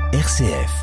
RCF.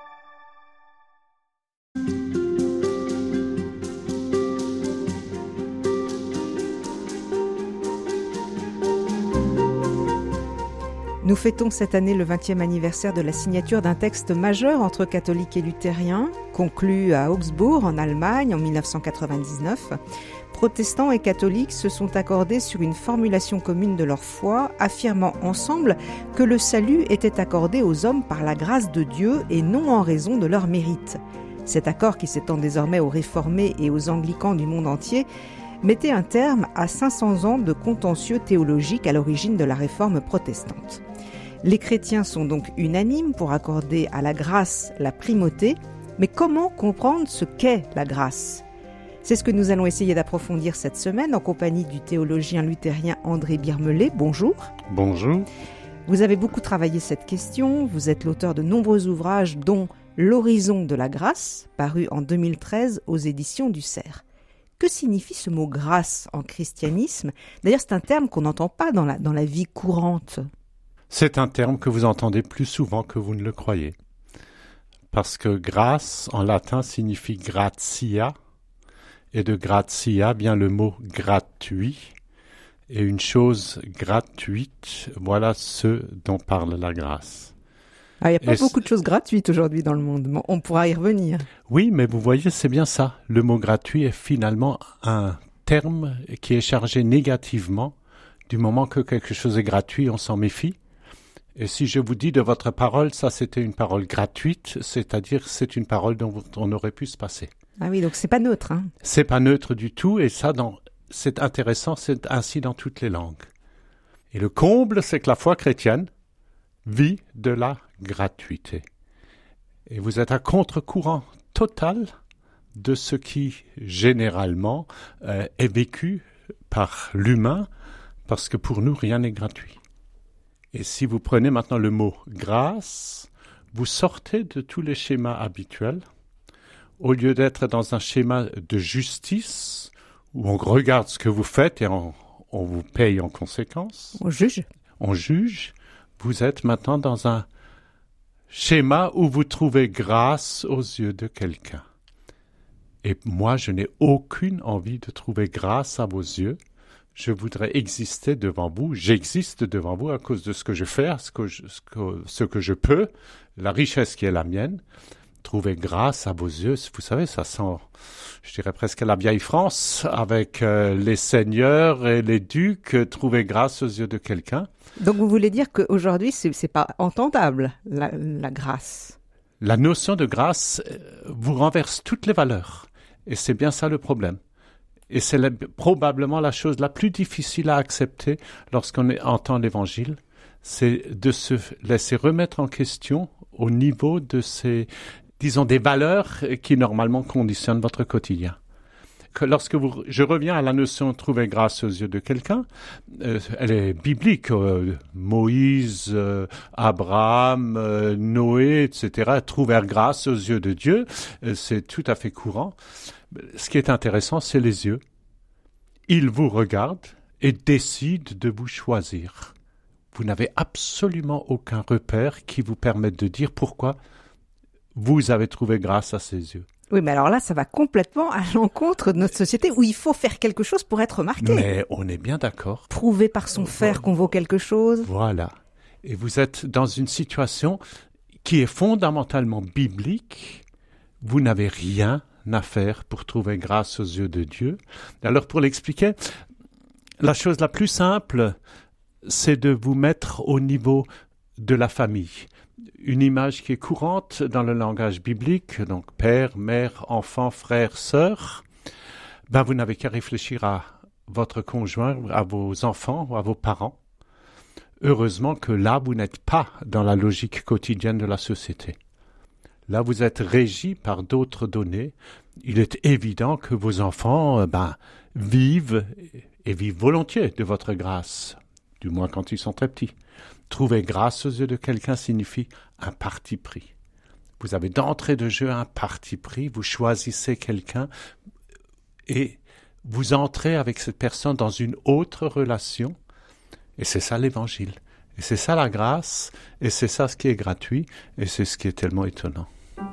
Nous fêtons cette année le 20e anniversaire de la signature d'un texte majeur entre catholiques et luthériens, conclu à Augsbourg, en Allemagne, en 1999. Protestants et catholiques se sont accordés sur une formulation commune de leur foi, affirmant ensemble que le salut était accordé aux hommes par la grâce de Dieu et non en raison de leur mérite. Cet accord, qui s'étend désormais aux réformés et aux anglicans du monde entier, mettait un terme à 500 ans de contentieux théologiques à l'origine de la réforme protestante. Les chrétiens sont donc unanimes pour accorder à la grâce la primauté, mais comment comprendre ce qu'est la grâce ? C'est ce que nous allons essayer d'approfondir cette semaine en compagnie du théologien luthérien André Birmelet. Bonjour. Bonjour. Vous avez beaucoup travaillé cette question, vous êtes l'auteur de nombreux ouvrages dont L'horizon de la grâce, paru en 2013 aux éditions du Cerf. Que signifie ce mot grâce en christianisme ? D'ailleurs, c'est un terme qu'on n'entend pas dans la vie courante. C'est un terme que vous entendez plus souvent que vous ne le croyez. Parce que grâce, en latin, signifie gratia, et de gratia vient le mot gratuit, et une chose gratuite, voilà ce dont parle la grâce. Il n'y a pas beaucoup de choses gratuites aujourd'hui dans le monde, mais on pourra y revenir. Oui, mais vous voyez, c'est bien ça. Le mot gratuit est finalement un terme qui est chargé négativement. Du moment que quelque chose est gratuit, on s'en méfie. Et si je vous dis de votre parole, ça c'était une parole gratuite, c'est-à-dire c'est une parole dont on aurait pu se passer. Ah oui, donc c'est pas neutre. C'est pas neutre du tout, et ça, c'est intéressant, c'est ainsi dans toutes les langues. Et le comble, c'est que la foi chrétienne vit de la gratuité. Et vous êtes à contre-courant total de ce qui, généralement, est vécu par l'humain, parce que pour nous, rien n'est gratuit. Et si vous prenez maintenant le mot « grâce », vous sortez de tous les schémas habituels. Au lieu d'être dans un schéma de justice, où on regarde ce que vous faites et on vous paye en conséquence. On juge. On juge. Vous êtes maintenant dans un schéma où vous trouvez grâce aux yeux de quelqu'un. Et moi, je n'ai aucune envie de trouver grâce à vos yeux. Je voudrais exister devant vous. J'existe devant vous à cause de ce que je fais, ce que je peux, la richesse qui est la mienne. Trouver grâce à vos yeux, vous savez, ça sent, je dirais presque la vieille France, avec les seigneurs et les ducs, trouver grâce aux yeux de quelqu'un. Donc vous voulez dire qu'aujourd'hui, c'est pas entendable, la grâce ? La notion de grâce vous renverse toutes les valeurs. Et c'est bien ça le problème. Et c'est probablement la chose la plus difficile à accepter lorsqu'on entend l'Évangile, c'est de se laisser remettre en question au niveau de ces, disons, des valeurs qui normalement conditionnent votre quotidien. Lorsque je reviens à la notion de trouver grâce aux yeux de quelqu'un, elle est biblique. Moïse, Abraham, Noé, etc. trouver grâce aux yeux de Dieu, c'est tout à fait courant. Ce qui est intéressant, c'est les yeux. Il vous regarde et décide de vous choisir. Vous n'avez absolument aucun repère qui vous permette de dire pourquoi vous avez trouvé grâce à ses yeux. Oui, mais alors là, ça va complètement à l'encontre de notre société où il faut faire quelque chose pour être remarqué. Mais on est bien d'accord. Prouver par son faire qu'on vaut quelque chose. Voilà. Et vous êtes dans une situation qui est fondamentalement biblique. Vous n'avez rien à faire pour trouver grâce aux yeux de Dieu. Alors, pour l'expliquer, la chose la plus simple, c'est de vous mettre au niveau de la famille. Une image qui est courante dans le langage biblique, donc père, mère, enfant, frère, sœur, vous n'avez qu'à réfléchir à votre conjoint, à vos enfants ou à vos parents. Heureusement que là, vous n'êtes pas dans la logique quotidienne de la société. Là, vous êtes régi par d'autres données. Il est évident que vos enfants vivent volontiers de votre grâce, du moins quand ils sont très petits. Trouver grâce aux yeux de quelqu'un signifie un parti pris. Vous avez d'entrée de jeu un parti pris, vous choisissez quelqu'un et vous entrez avec cette personne dans une autre relation. Et c'est ça l'Évangile. Et c'est ça la grâce, et c'est ça ce qui est gratuit, et c'est ce qui est tellement étonnant.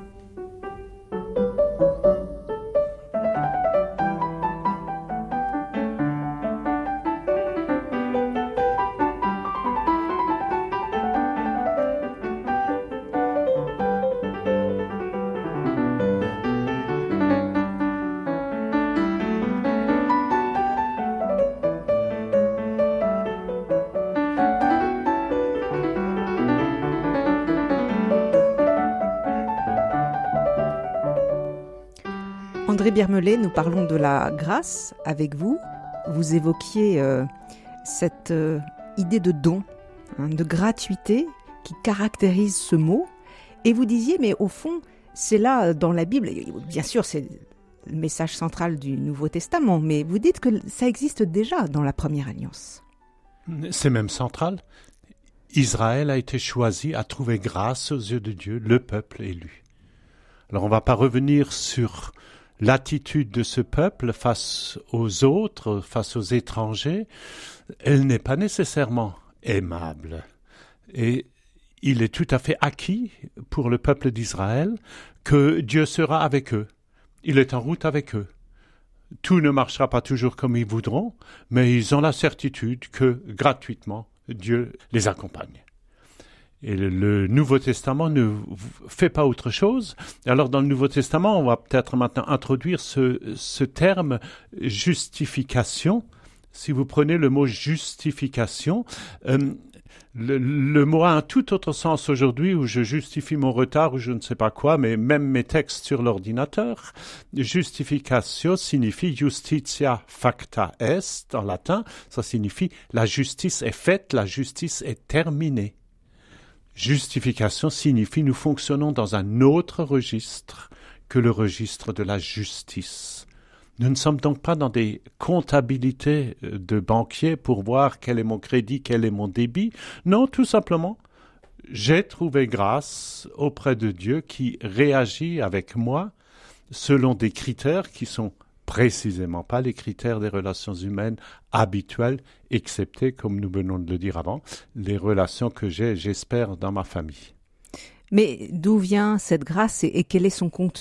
André Biermelet, nous parlons de la grâce avec vous. Vous évoquiez cette idée de don, de gratuité qui caractérise ce mot. Et vous disiez, mais au fond, c'est là dans la Bible, bien sûr c'est le message central du Nouveau Testament, mais vous dites que ça existe déjà dans la Première Alliance. C'est même central. Israël a été choisi à trouver grâce aux yeux de Dieu, le peuple élu. Alors on ne va pas revenir sur l'attitude de ce peuple face aux autres, face aux étrangers. Elle n'est pas nécessairement aimable. Et il est tout à fait acquis pour le peuple d'Israël que Dieu sera avec eux. Il est en route avec eux. Tout ne marchera pas toujours comme ils voudront, mais ils ont la certitude que, gratuitement, Dieu les accompagne. Et le Nouveau Testament ne fait pas autre chose. Alors dans le Nouveau Testament, on va peut-être maintenant introduire ce terme justification. Si vous prenez le mot justification, le mot a un tout autre sens aujourd'hui où je justifie mon retard ou je ne sais pas quoi, mais même mes textes sur l'ordinateur. Justificatio signifie justitia facta est en latin. Ça signifie la justice est faite, la justice est terminée. Justification signifie nous fonctionnons dans un autre registre que le registre de la justice. Nous ne sommes donc pas dans des comptabilités de banquiers pour voir quel est mon crédit, quel est mon débit. Non, tout simplement, j'ai trouvé grâce auprès de Dieu qui réagit avec moi selon des critères qui sont précisément pas les critères des relations humaines habituelles, excepté, comme nous venons de le dire avant, les relations que j'ai, j'espère, dans ma famille. Mais d'où vient cette grâce et quel est son contenu ?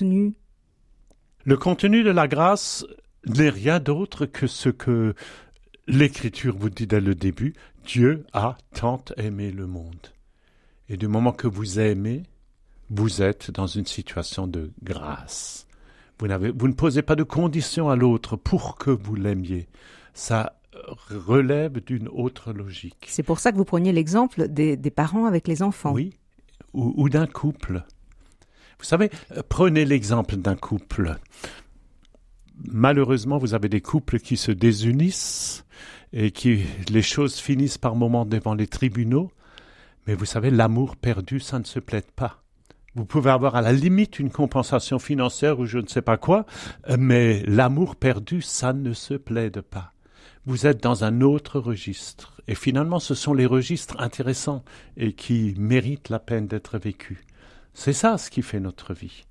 Le contenu de la grâce n'est rien d'autre que ce que l'Écriture vous dit dès le début. Dieu a tant aimé le monde. Et du moment que vous aimez, vous êtes dans une situation de grâce. Vous ne posez pas de conditions à l'autre pour que vous l'aimiez. Ça relève d'une autre logique. C'est pour ça que vous preniez l'exemple des parents avec les enfants. Oui, ou d'un couple. Vous savez, prenez l'exemple d'un couple. Malheureusement, vous avez des couples qui se désunissent et les choses finissent par moments devant les tribunaux. Mais vous savez, l'amour perdu, ça ne se plaide pas. Vous pouvez avoir à la limite une compensation financière ou je ne sais pas quoi, mais l'amour perdu, ça ne se plaide pas. Vous êtes dans un autre registre. Et finalement, ce sont les registres intéressants et qui méritent la peine d'être vécus. C'est ça ce qui fait notre vie.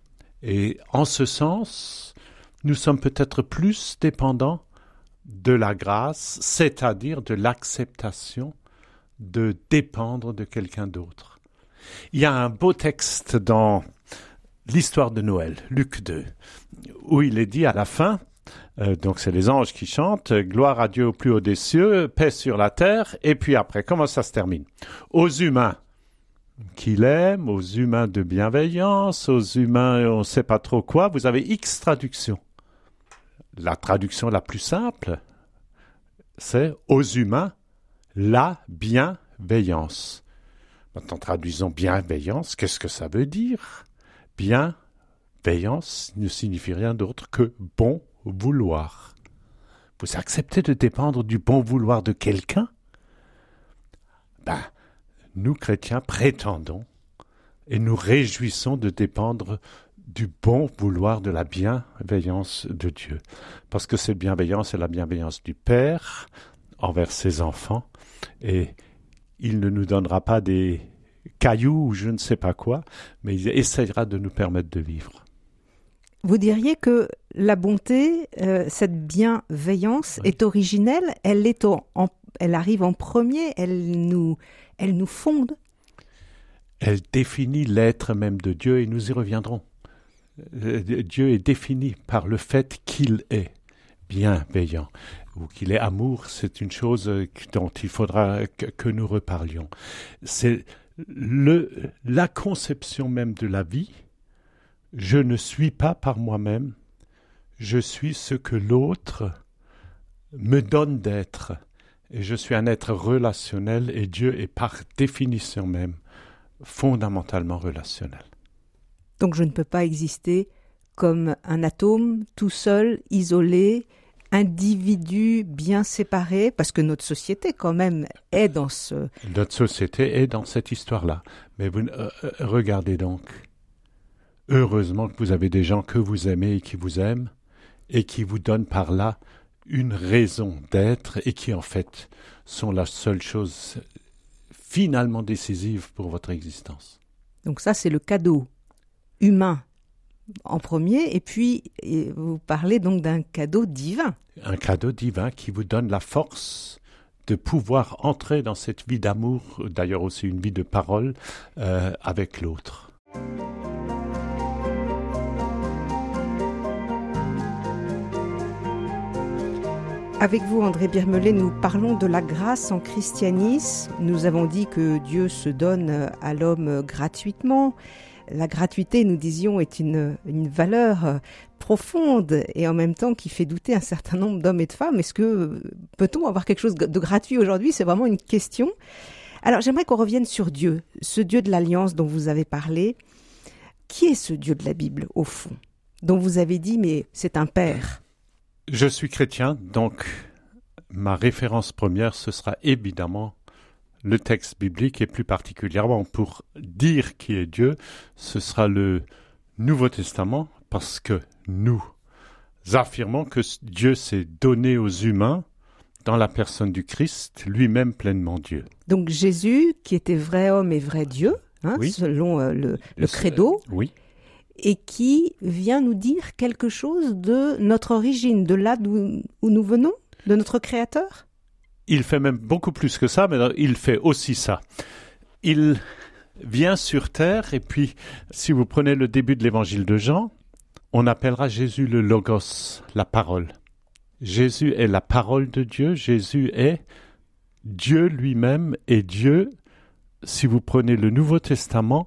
Et en ce sens, nous sommes peut-être plus dépendants de la grâce, c'est-à-dire de l'acceptation de dépendre de quelqu'un d'autre. Il y a un beau texte dans l'histoire de Noël, Luc 2, où il est dit à la fin, donc c'est les anges qui chantent, gloire à Dieu au plus haut des cieux, paix sur la terre, et puis après, comment ça se termine ? Aux humains qu'il aime, aux humains de bienveillance, aux humains on ne sait pas trop quoi, vous avez X traductions. La traduction la plus simple, c'est aux humains, la bienveillance. Maintenant, traduisons bienveillance. Qu'est-ce que ça veut dire ? Bienveillance ne signifie rien d'autre que bon vouloir. Vous acceptez de dépendre du bon vouloir de quelqu'un ? Nous, chrétiens, prétendons et nous réjouissons de dépendre du bon vouloir de la bienveillance de Dieu. Parce que cette bienveillance, c'est la bienveillance du Père envers ses enfants et il ne nous donnera pas des cailloux ou je ne sais pas quoi, mais il essaiera de nous permettre de vivre. Vous diriez que la bonté, cette bienveillance est originelle, elle est elle arrive en premier, elle nous fonde. Elle définit l'être même de Dieu et nous y reviendrons. Dieu est défini par le fait qu'il est bienveillant ou qu'il est amour. C'est une chose dont il faudra que nous reparlions. C'est la conception même de la vie. Je ne suis pas par moi-même, je suis ce que l'autre me donne d'être. Et je suis un être relationnel et Dieu est par définition même fondamentalement relationnel. Donc je ne peux pas exister comme un atome, tout seul, isolé, individu bien séparé, parce que notre société quand même est dans ce... Notre société est dans cette histoire-là. Mais vous regardez donc, heureusement que vous avez des gens que vous aimez et qui vous aiment, et qui vous donnent par là une raison d'être, et qui en fait sont la seule chose finalement décisive pour votre existence. Donc ça, c'est le cadeau humain en premier, et puis vous parlez donc d'un cadeau divin. Un cadeau divin qui vous donne la force de pouvoir entrer dans cette vie d'amour, d'ailleurs aussi une vie de parole, avec l'autre. Avec vous, André Birmelet, nous parlons de la grâce en christianisme. Nous avons dit que Dieu se donne à l'homme gratuitement. La gratuité, nous disions, est une valeur profonde et en même temps qui fait douter un certain nombre d'hommes et de femmes. Est-ce que peut-on avoir quelque chose de gratuit aujourd'hui ? C'est vraiment une question. Alors j'aimerais qu'on revienne sur Dieu, ce Dieu de l'Alliance dont vous avez parlé. Qui est ce Dieu de la Bible, au fond, dont vous avez dit, mais c'est un Père ? Je suis chrétien, donc ma référence première, ce sera évidemment le texte biblique et plus particulièrement pour dire qui est Dieu, ce sera le Nouveau Testament parce que nous affirmons que Dieu s'est donné aux humains dans la personne du Christ, lui-même pleinement Dieu. Donc Jésus, qui était vrai homme et vrai Dieu, oui. Selon le credo, oui. Et qui vient nous dire quelque chose de notre origine, de là où nous venons, de notre Créateur ? Il fait même beaucoup plus que ça, mais il fait aussi ça. Il vient sur terre, et puis, si vous prenez le début de l'évangile de Jean, on appellera Jésus le Logos, la parole. Jésus est la parole de Dieu, Jésus est Dieu lui-même, et Dieu, si vous prenez le Nouveau Testament,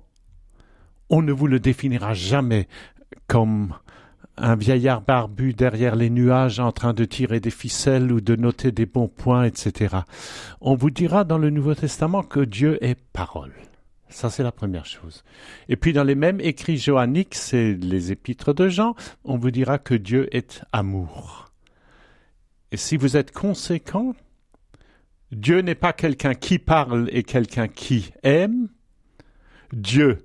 on ne vous le définira jamais comme un vieillard barbu derrière les nuages en train de tirer des ficelles ou de noter des bons points, etc. On vous dira dans le Nouveau Testament que Dieu est parole. Ça, c'est la première chose. Et puis dans les mêmes écrits johanniques, c'est les épîtres de Jean, on vous dira que Dieu est amour. Et si vous êtes conséquent, Dieu n'est pas quelqu'un qui parle et quelqu'un qui aime. Dieu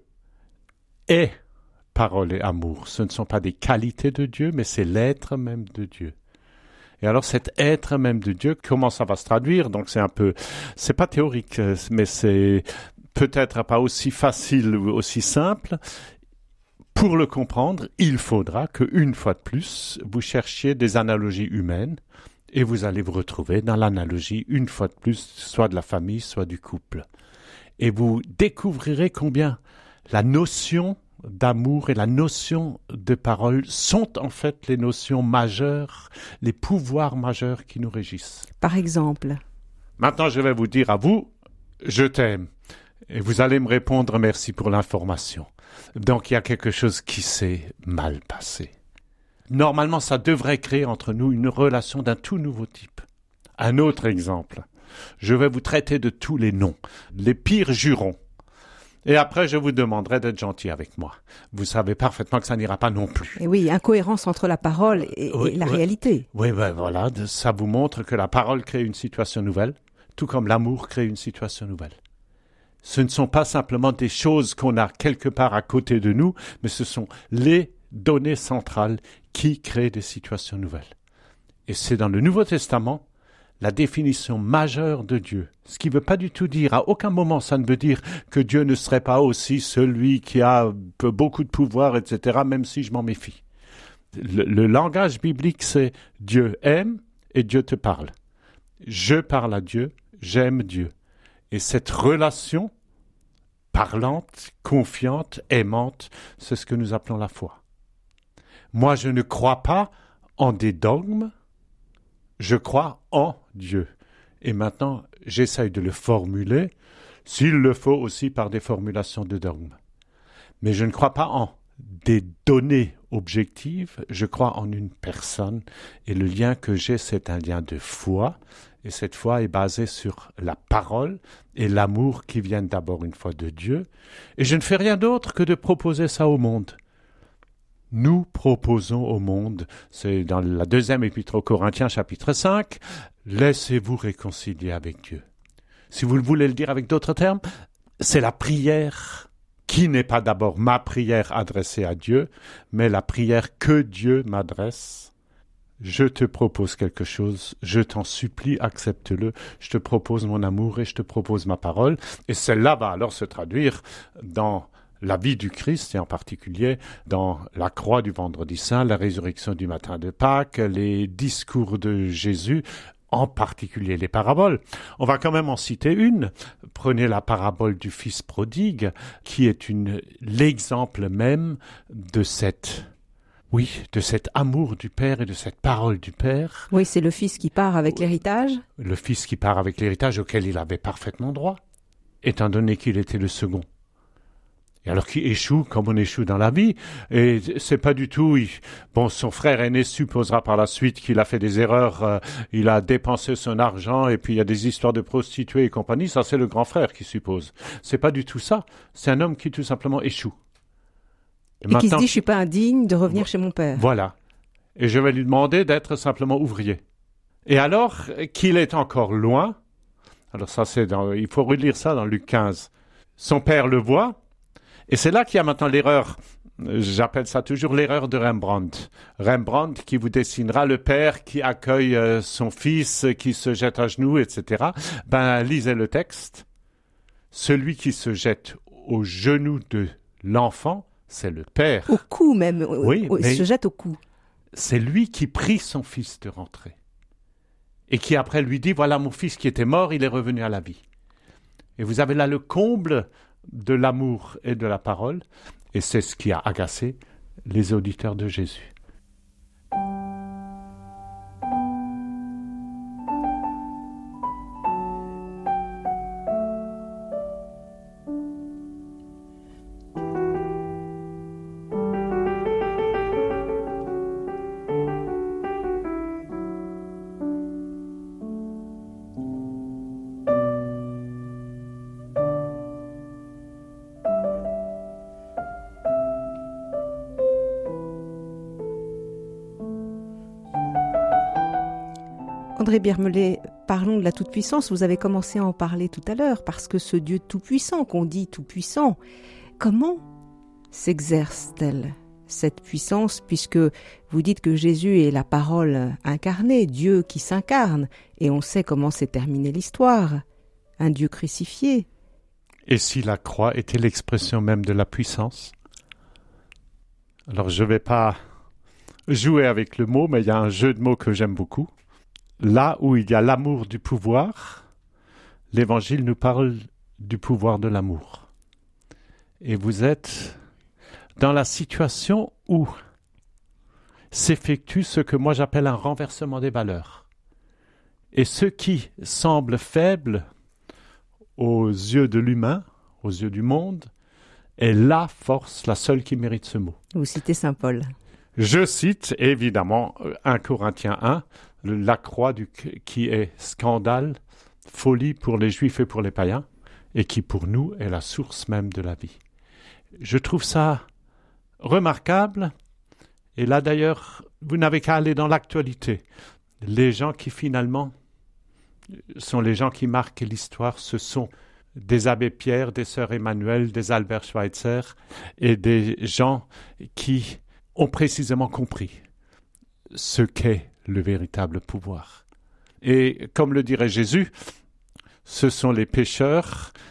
est parole et amour. Ce ne sont pas des qualités de Dieu, mais c'est l'être même de Dieu. Et alors cet être même de Dieu, comment ça va se traduire ? Donc c'est pas théorique, mais c'est peut-être pas aussi facile ou aussi simple. Pour le comprendre, il faudra qu'une fois de plus, vous cherchiez des analogies humaines et vous allez vous retrouver dans l'analogie, une fois de plus, soit de la famille, soit du couple. Et vous découvrirez combien la notion d'amour et la notion de parole sont en fait les notions majeures, les pouvoirs majeurs qui nous régissent. Par exemple ? Maintenant, je vais vous dire à vous, je t'aime. Et vous allez me répondre merci pour l'information. Donc, il y a quelque chose qui s'est mal passé. Normalement, ça devrait créer entre nous une relation d'un tout nouveau type. Un autre exemple. Je vais vous traiter de tous les noms, les pires jurons. Et après, je vous demanderai d'être gentil avec moi. Vous savez parfaitement que ça n'ira pas non plus. Et oui, incohérence entre la parole et la réalité. Oui, voilà, ça vous montre que la parole crée une situation nouvelle, tout comme l'amour crée une situation nouvelle. Ce ne sont pas simplement des choses qu'on a quelque part à côté de nous, mais ce sont les données centrales qui créent des situations nouvelles. Et c'est dans le Nouveau Testament la définition majeure de Dieu. Ce qui ne veut pas du tout dire, à aucun moment ça ne veut dire que Dieu ne serait pas aussi celui qui a beaucoup de pouvoir, etc., même si je m'en méfie. Le langage biblique, c'est Dieu aime et Dieu te parle. Je parle à Dieu, j'aime Dieu. Et cette relation parlante, confiante, aimante, c'est ce que nous appelons la foi. Moi, je ne crois pas en des dogmes, je crois en Dieu. Et maintenant, j'essaye de le formuler, s'il le faut aussi par des formulations de dogmes. Mais je ne crois pas en des données objectives, je crois en une personne. Et le lien que j'ai, c'est un lien de foi. Et cette foi est basée sur la parole et l'amour qui viennent d'abord une fois de Dieu. Et je ne fais rien d'autre que de proposer ça au monde. Nous proposons au monde, c'est dans la deuxième épître aux Corinthiens, chapitre 5, laissez-vous réconcilier avec Dieu. Si vous voulez le dire avec d'autres termes, c'est la prière qui n'est pas d'abord ma prière adressée à Dieu, mais la prière que Dieu m'adresse. Je te propose quelque chose, je t'en supplie, accepte-le, je te propose mon amour et je te propose ma parole. Et celle-là va alors se traduire dans la vie du Christ, et en particulier dans la croix du vendredi saint, la résurrection du matin de Pâques, les discours de Jésus, en particulier les paraboles. On va quand même en citer une. Prenez la parabole du fils prodigue, qui est l'exemple même de cet amour du Père et de cette parole du Père. Oui, c'est le fils qui part avec l'héritage. Le fils qui part avec l'héritage auquel il avait parfaitement droit, étant donné qu'il était le second. Et alors qu'il échoue comme on échoue dans la vie, et c'est pas du tout... son frère aîné supposera par la suite qu'il a fait des erreurs, il a dépensé son argent, et puis il y a des histoires de prostituées et compagnie, ça c'est le grand frère qui suppose. C'est pas du tout ça, c'est un homme qui tout simplement échoue. Et qui se dit, je suis pas indigne de revenir chez mon père. Voilà. Et je vais lui demander d'être simplement ouvrier. Et alors qu'il est encore loin, alors ça il faut relire ça dans Luc 15, son père le voit, et c'est là qu'il y a maintenant l'erreur, j'appelle ça toujours l'erreur de Rembrandt. Rembrandt qui vous dessinera le père qui accueille son fils, qui se jette à genoux, etc. Lisez le texte. Celui qui se jette aux genoux de l'enfant, c'est le père. Au cou même, oui, il se jette au cou. C'est lui qui prie son fils de rentrer. Et qui après lui dit, voilà mon fils qui était mort, il est revenu à la vie. Et vous avez là le comble de l'amour et de la parole, et c'est ce qui a agacé les auditeurs de Jésus. André Birmelet, parlons de la toute-puissance. Vous avez commencé à en parler tout à l'heure, parce que ce Dieu tout-puissant, qu'on dit tout-puissant, comment s'exerce-t-elle cette puissance, puisque vous dites que Jésus est la parole incarnée, Dieu qui s'incarne, et on sait comment s'est terminée l'histoire, un Dieu crucifié. Et si la croix était l'expression même de la puissance? Alors je ne vais pas jouer avec le mot, mais il y a un jeu de mots que j'aime beaucoup. Là où il y a l'amour du pouvoir, l'Évangile nous parle du pouvoir de l'amour. Et vous êtes dans la situation où s'effectue ce que moi j'appelle un renversement des valeurs. Et ce qui semble faible aux yeux de l'humain, aux yeux du monde, est la force, la seule qui mérite ce mot. Vous citez saint Paul. Je cite évidemment 1 Corinthiens 1, la croix qui est scandale, folie pour les Juifs et pour les païens, et qui pour nous est la source même de la vie. Je trouve ça remarquable, et là d'ailleurs, vous n'avez qu'à aller dans l'actualité. Les gens qui finalement sont les gens qui marquent l'histoire, ce sont des abbés Pierre, des sœurs Emmanuel, des Albert Schweitzer, et des gens qui ont précisément compris ce qu'est le véritable pouvoir. Et comme le dirait Jésus, ce sont les pécheurs,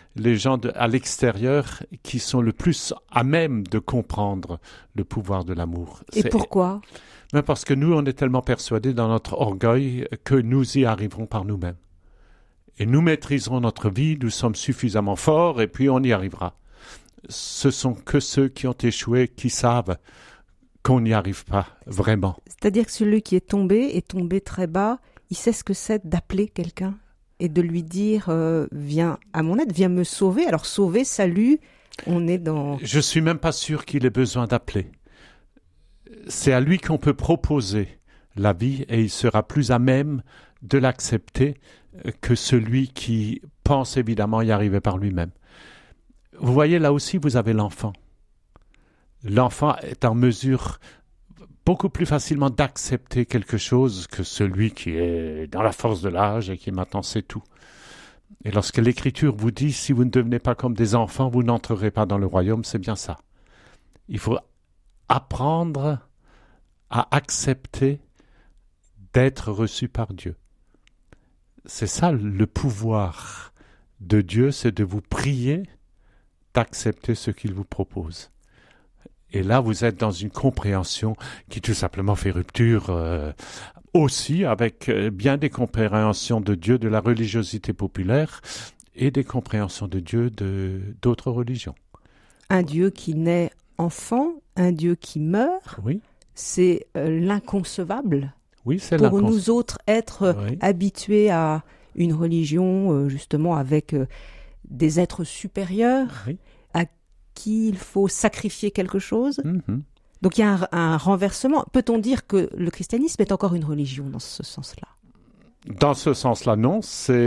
les gens à l'extérieur qui sont le plus à même de comprendre le pouvoir de l'amour. Et pourquoi ? Mais parce que nous, on est tellement persuadés dans notre orgueil que nous y arriverons par nous-mêmes. Et nous maîtriserons notre vie, nous sommes suffisamment forts et puis on y arrivera. Ce sont que ceux qui ont échoué qui savent qu'on n'y arrive pas vraiment. C'est-à-dire que celui qui est tombé très bas, il sait ce que c'est d'appeler quelqu'un et de lui dire viens à mon aide, viens me sauver. Alors sauver, salut, on est dans... Je suis même pas sûr qu'il ait besoin d'appeler. C'est à lui qu'on peut proposer la vie et il sera plus à même de l'accepter que celui qui pense évidemment y arriver par lui-même. Vous voyez, là aussi, vous avez l'enfant. L'enfant est en mesure beaucoup plus facilement d'accepter quelque chose que celui qui est dans la force de l'âge et qui maintenant sait tout. Et lorsque l'Écriture vous dit « si vous ne devenez pas comme des enfants, vous n'entrerez pas dans le royaume », c'est bien ça. Il faut apprendre à accepter d'être reçu par Dieu. C'est ça le pouvoir de Dieu, c'est de vous prier d'accepter ce qu'il vous propose. Et là, vous êtes dans une compréhension qui tout simplement fait rupture aussi avec bien des compréhensions de Dieu de la religiosité populaire et des compréhensions de Dieu d'autres religions. Un Dieu qui naît enfant, un Dieu qui meurt, oui. C'est l'inconcevable. Oui, c'est pour nous autres êtres habitués à une religion justement avec des êtres supérieurs à qui il faut sacrifier quelque chose. Mm-hmm. Donc il y a un renversement. Peut-on dire que le christianisme est encore une religion dans ce sens-là ? Dans ce sens-là, non.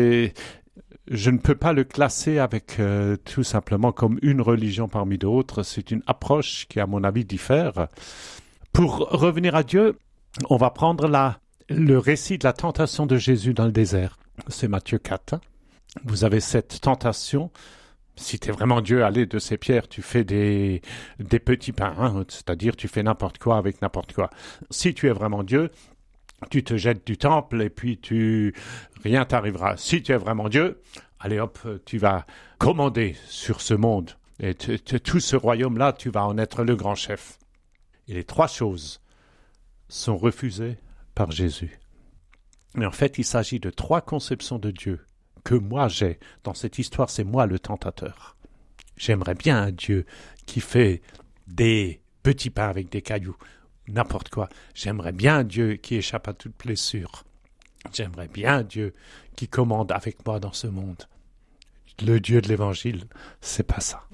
Je ne peux pas le classer avec tout simplement comme une religion parmi d'autres. C'est une approche qui, à mon avis, diffère. Pour revenir à Dieu, on va prendre le récit de la tentation de Jésus dans le désert. C'est Matthieu 4. Vous avez cette tentation. Si tu es vraiment Dieu, allez, de ces pierres, tu fais des petits pains. Hein, c'est-à-dire, tu fais n'importe quoi avec n'importe quoi. Si tu es vraiment Dieu, tu te jettes du temple et puis rien t'arrivera. Si tu es vraiment Dieu, allez hop, tu vas commander sur ce monde. Et tout ce royaume-là, tu vas en être le grand chef. Et les 3 choses sont refusées par Jésus. Mais en fait, il s'agit de 3 conceptions de Dieu que moi j'ai. Dans cette histoire, c'est moi le tentateur. J'aimerais bien un Dieu qui fait des petits pains avec des cailloux, n'importe quoi. J'aimerais bien un Dieu qui échappe à toute blessure. J'aimerais bien un Dieu qui commande avec moi dans ce monde. Le Dieu de l'Évangile, c'est pas ça.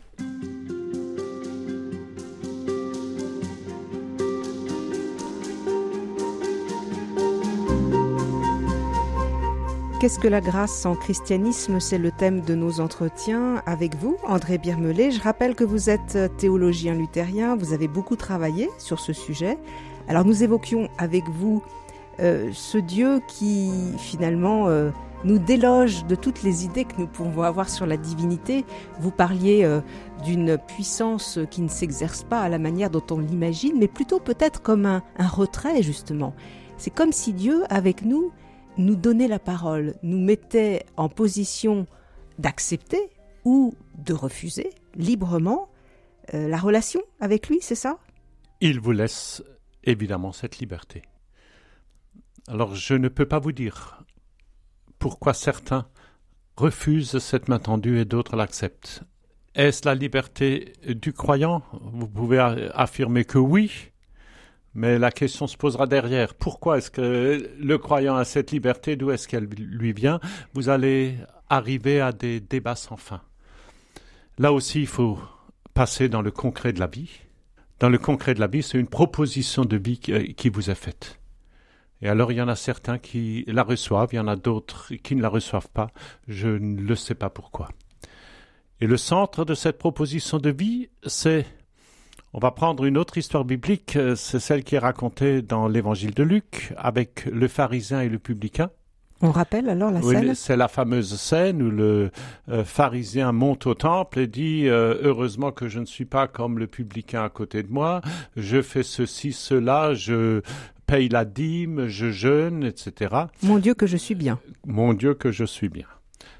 Qu'est-ce que la grâce sans christianisme ? C'est le thème de nos entretiens avec vous, André Birmelet. Je rappelle que vous êtes théologien luthérien, vous avez beaucoup travaillé sur ce sujet. Alors nous évoquions avec vous ce Dieu qui finalement nous déloge de toutes les idées que nous pouvons avoir sur la divinité. Vous parliez d'une puissance qui ne s'exerce pas à la manière dont on l'imagine, mais plutôt peut-être comme un retrait justement. C'est comme si Dieu, avec nous donnait la parole, nous mettait en position d'accepter ou de refuser librement la relation avec lui, c'est ça ? Il vous laisse évidemment cette liberté. Alors je ne peux pas vous dire pourquoi certains refusent cette main tendue et d'autres l'acceptent. Est-ce la liberté du croyant ? Vous pouvez affirmer que oui. Mais la question se posera derrière. Pourquoi est-ce que le croyant a cette liberté ? D'où est-ce qu'elle lui vient ? Vous allez arriver à des débats sans fin. Là aussi, il faut passer dans le concret de la vie. Dans le concret de la vie, c'est une proposition de vie qui vous est faite. Et alors, il y en a certains qui la reçoivent, il y en a d'autres qui ne la reçoivent pas. Je ne le sais pas pourquoi. Et le centre de cette proposition de vie, c'est... On va prendre une autre histoire biblique, c'est celle qui est racontée dans l'évangile de Luc, avec le pharisien et le publicain. On rappelle alors la scène ? Oui, c'est la fameuse scène où le pharisien monte au temple et dit « Heureusement que je ne suis pas comme le publicain à côté de moi, je fais ceci, cela, je paye la dîme, je jeûne, etc. » Mon Dieu que je suis bien. Mon Dieu que je suis bien.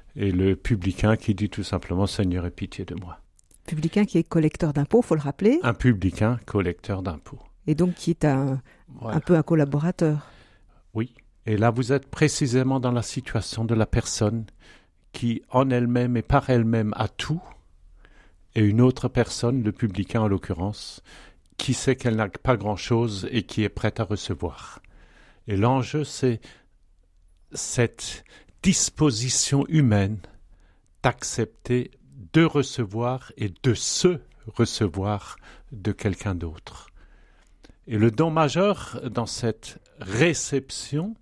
Et le publicain qui dit tout simplement « Seigneur, aie pitié de moi ». Publicain qui est collecteur d'impôts, il faut le rappeler. Un publicain collecteur d'impôts. Et donc qui est un peu un collaborateur. Oui. Et là, vous êtes précisément dans la situation de la personne qui, en elle-même et par elle-même, a tout, et une autre personne, le publicain en l'occurrence, qui sait qu'elle n'a pas grand-chose et qui est prête à recevoir. Et l'enjeu, c'est cette disposition humaine d'accepter de recevoir et de se recevoir de quelqu'un d'autre. Et le don majeur dans cette réception,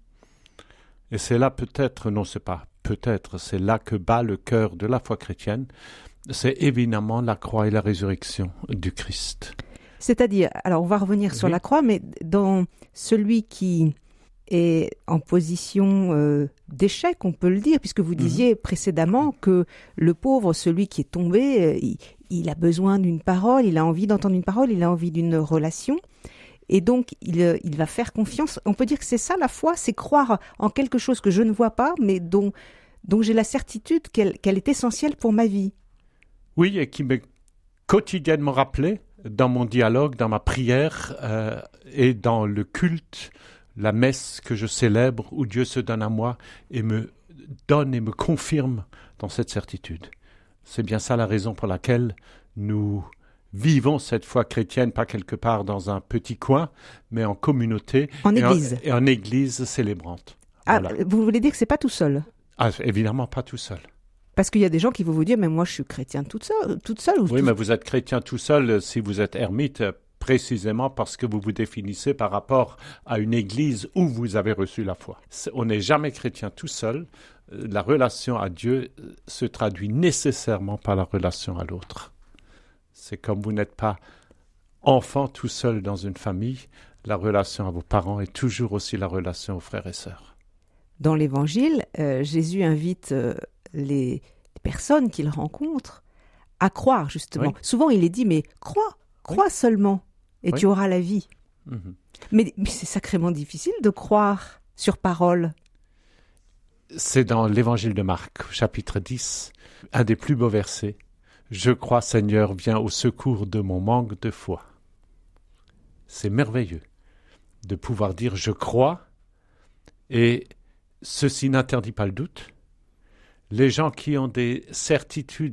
et c'est là peut-être, non c'est pas peut-être, c'est là que bat le cœur de la foi chrétienne, c'est évidemment la croix et la résurrection du Christ. C'est-à-dire, alors on va revenir sur la croix, mais dans celui qui est en position d'échec, on peut le dire, puisque vous disiez précédemment que le pauvre, celui qui est tombé, il a besoin d'une parole, il a envie d'entendre une parole, il a envie d'une relation, et donc il va faire confiance. On peut dire que c'est ça la foi, c'est croire en quelque chose que je ne vois pas, mais dont j'ai la certitude qu'elle est essentielle pour ma vie. Oui, et qui m'est quotidiennement rappelé dans mon dialogue, dans ma prière et dans le culte, la messe que je célèbre, où Dieu se donne à moi et me donne et me confirme dans cette certitude. C'est bien ça la raison pour laquelle nous vivons cette foi chrétienne, pas quelque part dans un petit coin, mais en communauté et en église célébrante. Ah, voilà. Vous voulez dire que c'est pas tout seul? Ah, évidemment pas tout seul. Parce qu'il y a des gens qui vont vous dire, mais moi je suis chrétien toute seule. Oui, mais vous êtes chrétien tout seul si vous êtes ermite, précisément parce que vous vous définissez par rapport à une église où vous avez reçu la foi. On n'est jamais chrétien tout seul. La relation à Dieu se traduit nécessairement par la relation à l'autre. C'est comme vous n'êtes pas enfant tout seul dans une famille, la relation à vos parents est toujours aussi la relation aux frères et sœurs. Dans l'Évangile, Jésus invite les personnes qu'il rencontre à croire, justement. Oui. Souvent, il est dit, mais crois seulement, et tu auras la vie. Mm-hmm. Mais c'est sacrément difficile de croire sur parole. C'est dans l'Évangile de Marc, chapitre 10, un des plus beaux versets. « Je crois, Seigneur, viens au secours de mon manque de foi. » C'est merveilleux de pouvoir dire « je crois » et ceci n'interdit pas le doute. Les gens qui ont des certitudes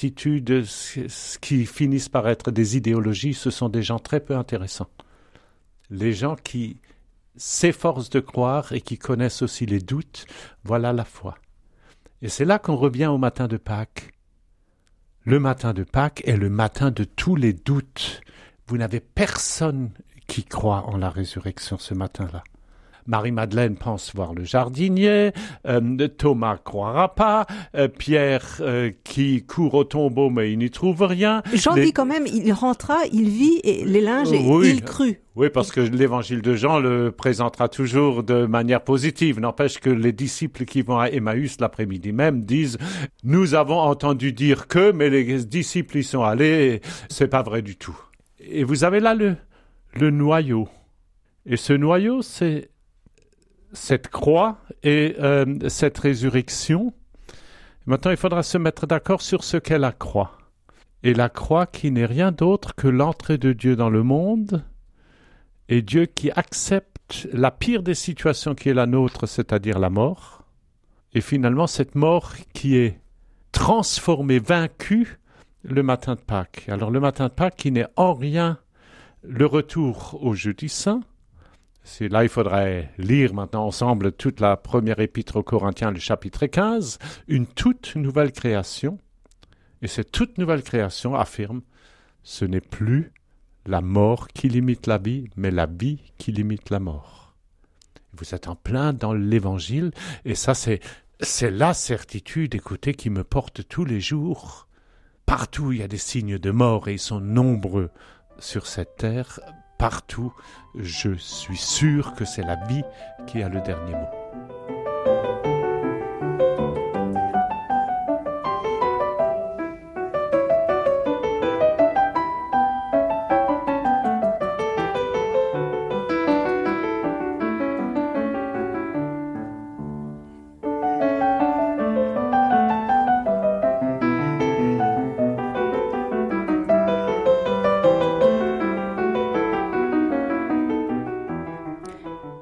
qui finissent par être des idéologies, ce sont des gens très peu intéressants. Les gens qui s'efforcent de croire et qui connaissent aussi les doutes, voilà la foi. Et c'est là qu'on revient au matin de Pâques. Le matin de Pâques est le matin de tous les doutes. Vous n'avez personne qui croit en la résurrection ce matin-là. Marie-Madeleine pense voir le jardinier, Thomas croira pas, Pierre qui court au tombeau mais il n'y trouve rien. Jean dit quand même, il rentra, il vit et les linges et il crut. Oui, parce que l'évangile de Jean le présentera toujours de manière positive. N'empêche que les disciples qui vont à Emmaüs l'après-midi même disent « Nous avons entendu dire que, mais les disciples y sont allés, c'est pas vrai du tout. » Et vous avez là le noyau. Et ce noyau, c'est cette croix et cette résurrection. Maintenant, il faudra se mettre d'accord sur ce qu'est la croix. Et la croix qui n'est rien d'autre que l'entrée de Dieu dans le monde et Dieu qui accepte la pire des situations qui est la nôtre, c'est-à-dire la mort. Et finalement, cette mort qui est transformée, vaincue le matin de Pâques. Alors le matin de Pâques qui n'est en rien le retour au jeudi saint. C'est là, il faudrait lire maintenant ensemble toute la première épître aux Corinthiens, le chapitre 15, une toute nouvelle création. Et cette toute nouvelle création affirme, ce n'est plus la mort qui limite la vie, mais la vie qui limite la mort. Vous êtes en plein dans l'Évangile, et ça, c'est la certitude, écoutez, qui me porte tous les jours. Partout, il y a des signes de mort, et ils sont nombreux sur cette terre. Partout, je suis sûr que c'est la vie qui a le dernier mot.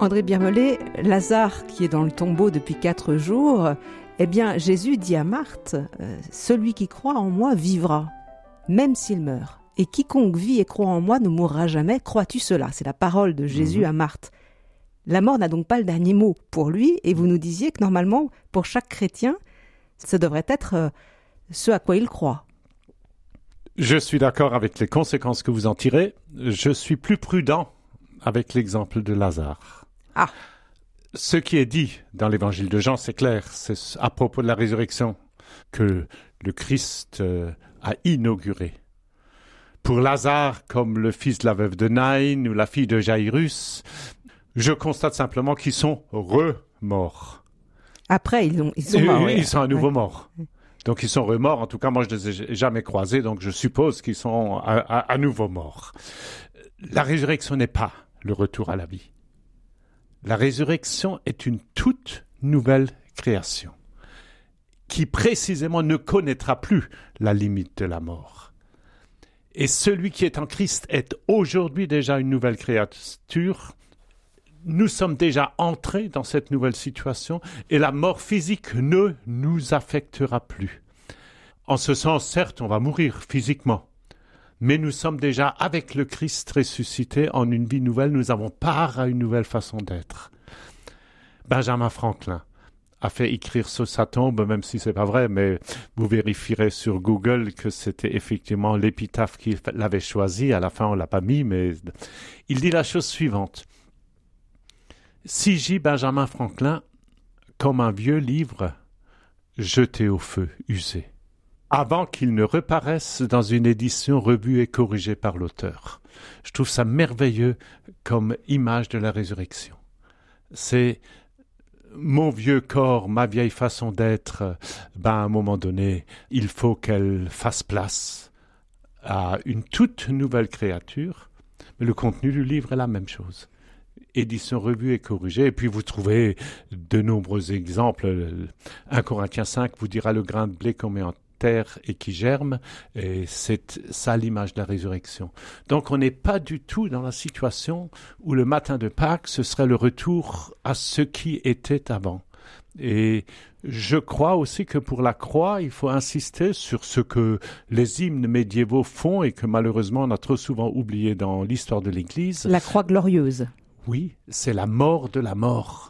André Birmelet, Lazare qui est dans le tombeau depuis 4 jours, eh bien Jésus dit à Marthe, celui qui croit en moi vivra, même s'il meurt. Et quiconque vit et croit en moi ne mourra jamais. Crois-tu cela ? C'est la parole de Jésus à Marthe. La mort n'a donc pas le dernier mot pour lui. Et vous nous disiez que normalement, pour chaque chrétien, ça devrait être ce à quoi il croit. Je suis d'accord avec les conséquences que vous en tirez. Je suis plus prudent avec l'exemple de Lazare. Ah. Ce qui est dit dans l'évangile de Jean, c'est clair. C'est à propos de la résurrection que le Christ a inauguré. Pour Lazare, comme le fils de la veuve de Naïn ou la fille de Jairus, je constate simplement qu'ils sont remords. Après, ils sont morts. Ils sont à nouveau morts. Donc ils sont remords. En tout cas, moi, je ne les ai jamais croisés, donc je suppose qu'ils sont à nouveau morts. La résurrection n'est pas le retour à la vie. La résurrection est une toute nouvelle création qui précisément ne connaîtra plus la limite de la mort. Et celui qui est en Christ est aujourd'hui déjà une nouvelle créature. Nous sommes déjà entrés dans cette nouvelle situation et la mort physique ne nous affectera plus. En ce sens, certes, on va mourir physiquement, mais nous sommes déjà avec le Christ ressuscité en une vie nouvelle. Nous avons part à une nouvelle façon d'être. Benjamin Franklin a fait écrire sur sa tombe, même si c'est pas vrai, mais vous vérifierez sur Google que c'était effectivement l'épitaphe qu'il avait choisi. À la fin, on l'a pas mis, mais il dit la chose suivante. Si gît Benjamin Franklin comme un vieux livre jeté au feu, usé, avant qu'il ne reparaisse dans une édition revue et corrigée par l'auteur. Je trouve ça merveilleux comme image de la résurrection. C'est mon vieux corps, ma vieille façon d'être, à un moment donné, il faut qu'elle fasse place à une toute nouvelle créature, mais le contenu du livre est la même chose. Édition revue et corrigée, et puis vous trouvez de nombreux exemples. 1 Corinthiens 5 vous dira le grain de blé qu'on met en terre et qui germe, et c'est ça l'image de la résurrection. Donc on n'est pas du tout dans la situation où le matin de Pâques, ce serait le retour à ce qui était avant. Et je crois aussi que pour la croix, il faut insister sur ce que les hymnes médiévaux font et que malheureusement on a trop souvent oublié dans l'histoire de l'Église. La croix glorieuse. Oui, c'est la mort de la mort.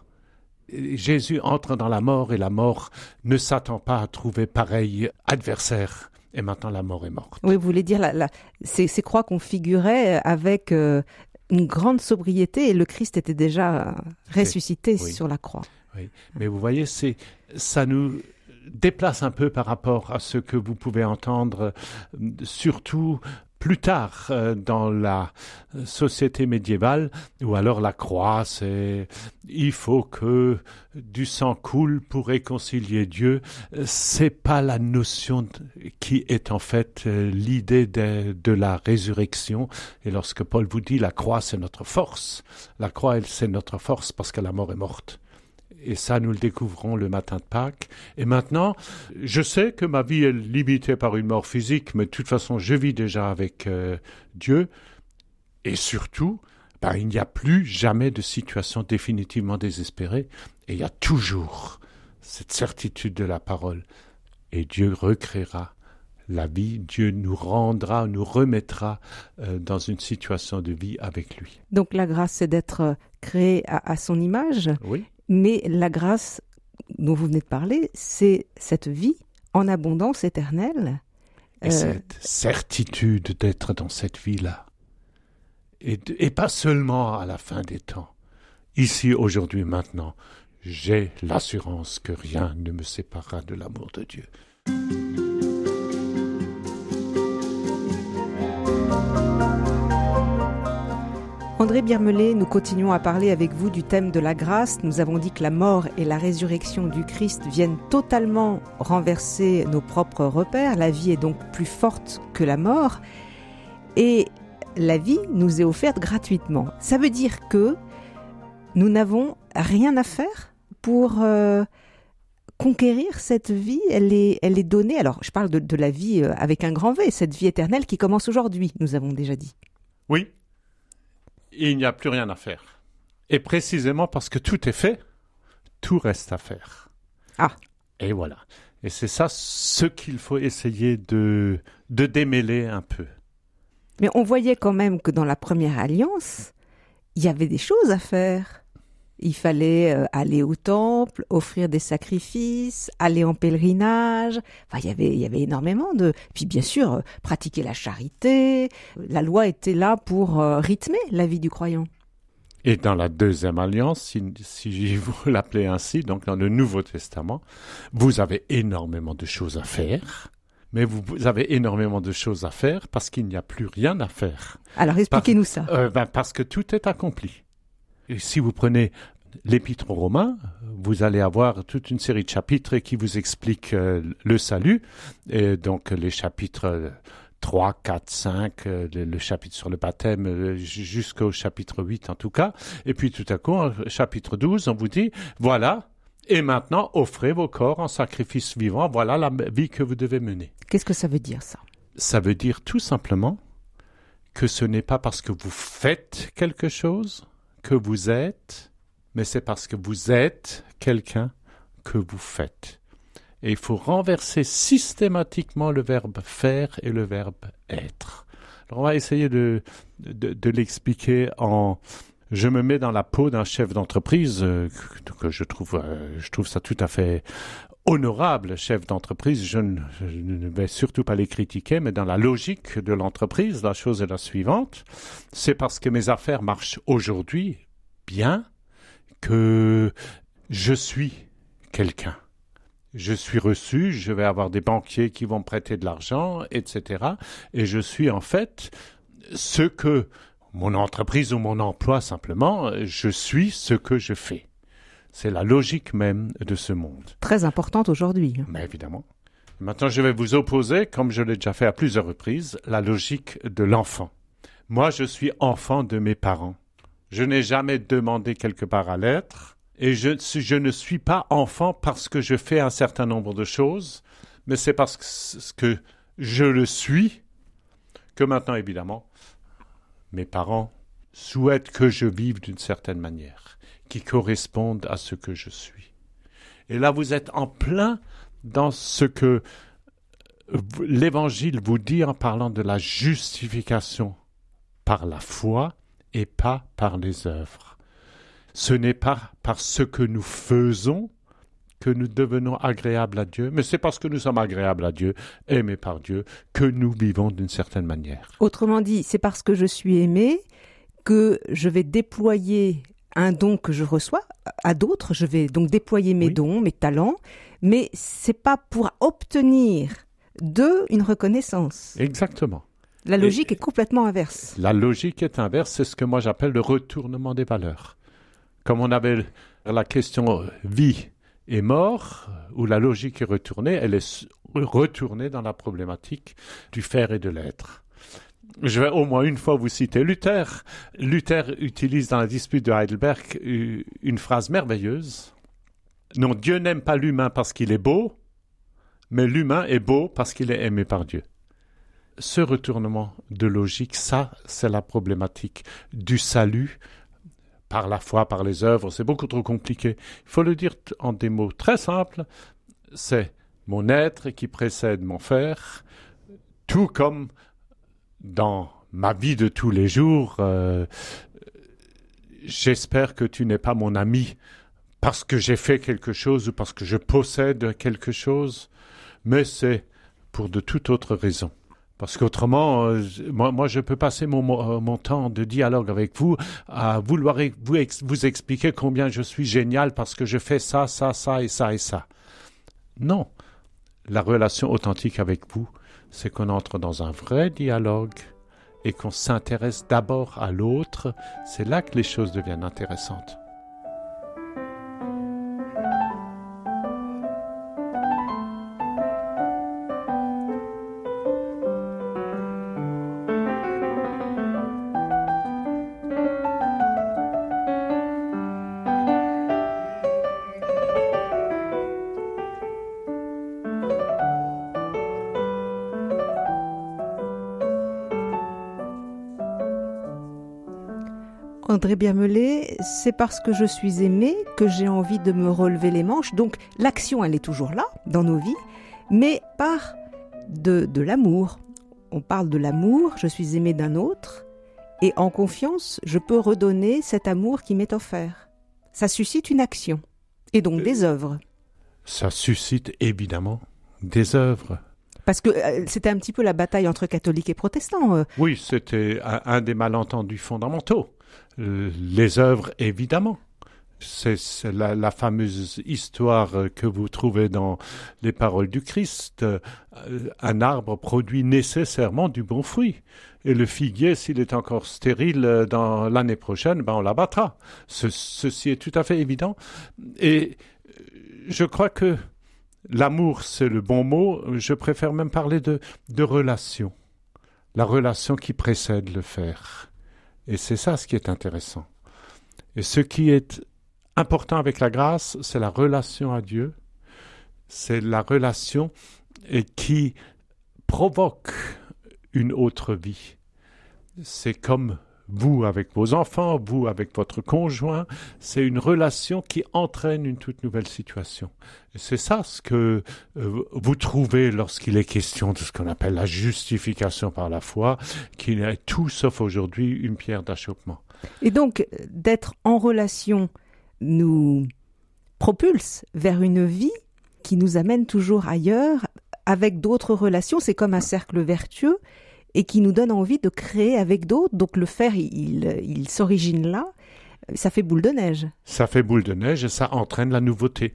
Jésus entre dans la mort et la mort ne s'attend pas à trouver pareil adversaire. Et maintenant, la mort est morte. Oui, vous voulez dire, ces croix qu'on figurait avec une grande sobriété et le Christ était déjà ressuscité sur la croix. Oui, mais vous voyez, ça nous déplace un peu par rapport à ce que vous pouvez entendre, surtout plus tard dans la société médiévale, où alors la croix, c'est il faut que du sang coule pour réconcilier Dieu. C'est pas la notion qui est en fait l'idée de la résurrection. Et lorsque Paul vous dit la croix, c'est notre force, la croix, c'est notre force parce que la mort est morte. Et ça, nous le découvrons le matin de Pâques. Et maintenant, je sais que ma vie est limitée par une mort physique, mais de toute façon, je vis déjà avec Dieu. Et surtout, il n'y a plus jamais de situation définitivement désespérée. Et il y a toujours cette certitude de la parole. Et Dieu recréera la vie. Dieu nous rendra, nous remettra dans une situation de vie avec lui. Donc la grâce, c'est d'être créé à son image. Oui. Mais la grâce dont vous venez de parler, c'est cette vie en abondance éternelle. Et cette certitude d'être dans cette vie-là. Et pas seulement à la fin des temps. Ici, aujourd'hui, maintenant, j'ai l'assurance que rien ne me séparera de l'amour de Dieu. André Birmelet, nous continuons à parler avec vous du thème de la grâce. Nous avons dit que la mort et la résurrection du Christ viennent totalement renverser nos propres repères. La vie est donc plus forte que la mort. Et la vie nous est offerte gratuitement. Ça veut dire que nous n'avons rien à faire pour conquérir cette vie. Elle est donnée. Alors, je parle de la vie avec un grand V, cette vie éternelle qui commence aujourd'hui, nous avons déjà dit. Oui. Il n'y a plus rien à faire. Et précisément parce que tout est fait, tout reste à faire. Ah. Et voilà. Et c'est ça ce qu'il faut essayer de démêler un peu. Mais on voyait quand même que dans la première alliance, il y avait des choses à faire. Il fallait aller au temple, offrir des sacrifices, aller en pèlerinage. Enfin, il y avait énormément de... Puis bien sûr, pratiquer la charité. La loi était là pour rythmer la vie du croyant. Et dans la deuxième alliance, si vous l'appelez ainsi, donc dans le Nouveau Testament, vous avez énormément de choses à faire. Mais vous avez énormément de choses à faire parce qu'il n'y a plus rien à faire. Alors expliquez-nous ça. Parce que tout est accompli. Et si vous prenez l'Épître aux Romains, vous allez avoir toute une série de chapitres qui vous expliquent le salut. Et donc les chapitres 3, 4, 5, le chapitre sur le baptême, jusqu'au chapitre 8 en tout cas. Et puis tout à coup, chapitre 12, on vous dit, voilà, et maintenant offrez vos corps en sacrifice vivant, voilà la vie que vous devez mener. Qu'est-ce que ça veut dire ça ? Ça veut dire tout simplement que ce n'est pas parce que vous faites quelque chose que vous êtes, mais c'est parce que vous êtes quelqu'un que vous faites. Et il faut renverser systématiquement le verbe faire et le verbe être. Alors on va essayer de l'expliquer en... Je me mets dans la peau d'un chef d'entreprise, que je trouve ça tout à fait honorable, chef d'entreprise. Je ne vais surtout pas les critiquer, mais dans la logique de l'entreprise, la chose est la suivante. C'est parce que mes affaires marchent aujourd'hui bien que je suis quelqu'un. Je suis reçu, je vais avoir des banquiers qui vont me prêter de l'argent, etc. Et je suis en fait ce que mon entreprise ou mon emploi simplement, je suis ce que je fais. C'est la logique même de ce monde. Très importante aujourd'hui. Mais évidemment. Maintenant, je vais vous opposer, comme je l'ai déjà fait à plusieurs reprises, la logique de l'enfant. Moi, je suis enfant de mes parents. Je n'ai jamais demandé quelque part à l'être. Et je ne suis pas enfant parce que je fais un certain nombre de choses, mais c'est parce que je le suis que maintenant, évidemment, mes parents souhaitent que je vive d'une certaine manière, qui corresponde à ce que je suis. Et là, vous êtes en plein dans ce que l'Évangile vous dit en parlant de la justification par la foi et pas par les œuvres. Ce n'est pas par ce que nous faisons que nous devenons agréables à Dieu, mais c'est parce que nous sommes agréables à Dieu, aimés par Dieu, que nous vivons d'une certaine manière. Autrement dit, c'est parce que je suis aimé que je vais déployer un don que je reçois à d'autres. Je vais donc déployer mes dons, mes talents, mais c'est pas pour obtenir d'eux une reconnaissance. Exactement. La logique est complètement inverse. La logique est inverse, c'est ce que moi j'appelle le retournement des valeurs. Comme on avait la question vie et mort, où la logique est retournée, elle est retournée dans la problématique du faire et de l'être. Je vais au moins une fois vous citer Luther. Luther utilise dans la dispute de Heidelberg une phrase merveilleuse. Non, Dieu n'aime pas l'humain parce qu'il est beau, mais l'humain est beau parce qu'il est aimé par Dieu. Ce retournement de logique, ça, c'est la problématique du salut, par la foi, par les œuvres, c'est beaucoup trop compliqué. Il faut le dire en des mots très simples, c'est mon être qui précède mon faire, tout comme dans ma vie de tous les jours, j'espère que tu n'es pas mon ami parce que j'ai fait quelque chose ou parce que je possède quelque chose, mais c'est pour de toute autre raison. Parce qu'autrement, moi, je peux passer mon temps de dialogue avec vous à vouloir vous expliquer combien je suis génial parce que je fais ça, ça, ça et ça et ça. Non. La relation authentique avec vous, c'est qu'on entre dans un vrai dialogue et qu'on s'intéresse d'abord à l'autre. C'est là que les choses deviennent intéressantes. André Biermelet, c'est parce que je suis aimée que j'ai envie de me relever les manches. Donc l'action, elle est toujours là, dans nos vies, mais par de l'amour. On parle de l'amour, je suis aimée d'un autre, et en confiance, je peux redonner cet amour qui m'est offert. Ça suscite une action, et donc des œuvres. Ça suscite évidemment des œuvres. Parce que c'était un petit peu la bataille entre catholiques et protestants. Oui, c'était un des malentendus fondamentaux. Les œuvres, évidemment. C'est la fameuse histoire que vous trouvez dans les paroles du Christ. Un arbre produit nécessairement du bon fruit. Et le figuier, s'il est encore stérile dans l'année prochaine, on l'abattra. Ceci est tout à fait évident. Et je crois que l'amour, c'est le bon mot. Je préfère même parler de relation. La relation qui précède le faire. Et c'est ça ce qui est intéressant. Et ce qui est important avec la grâce, c'est la relation à Dieu. C'est la relation qui provoque une autre vie. C'est comme vous avec vos enfants, vous avec votre conjoint. C'est une relation qui entraîne une toute nouvelle situation. Et c'est ça ce que vous trouvez lorsqu'il est question de ce qu'on appelle la justification par la foi, qui est tout sauf aujourd'hui une pierre d'achoppement. Et donc, d'être en relation nous propulse vers une vie qui nous amène toujours ailleurs, avec d'autres relations. C'est comme un cercle vertueux et qui nous donne envie de créer avec d'autres. Donc le faire, il s'origine là. Ça fait boule de neige. Ça fait boule de neige et ça entraîne la nouveauté.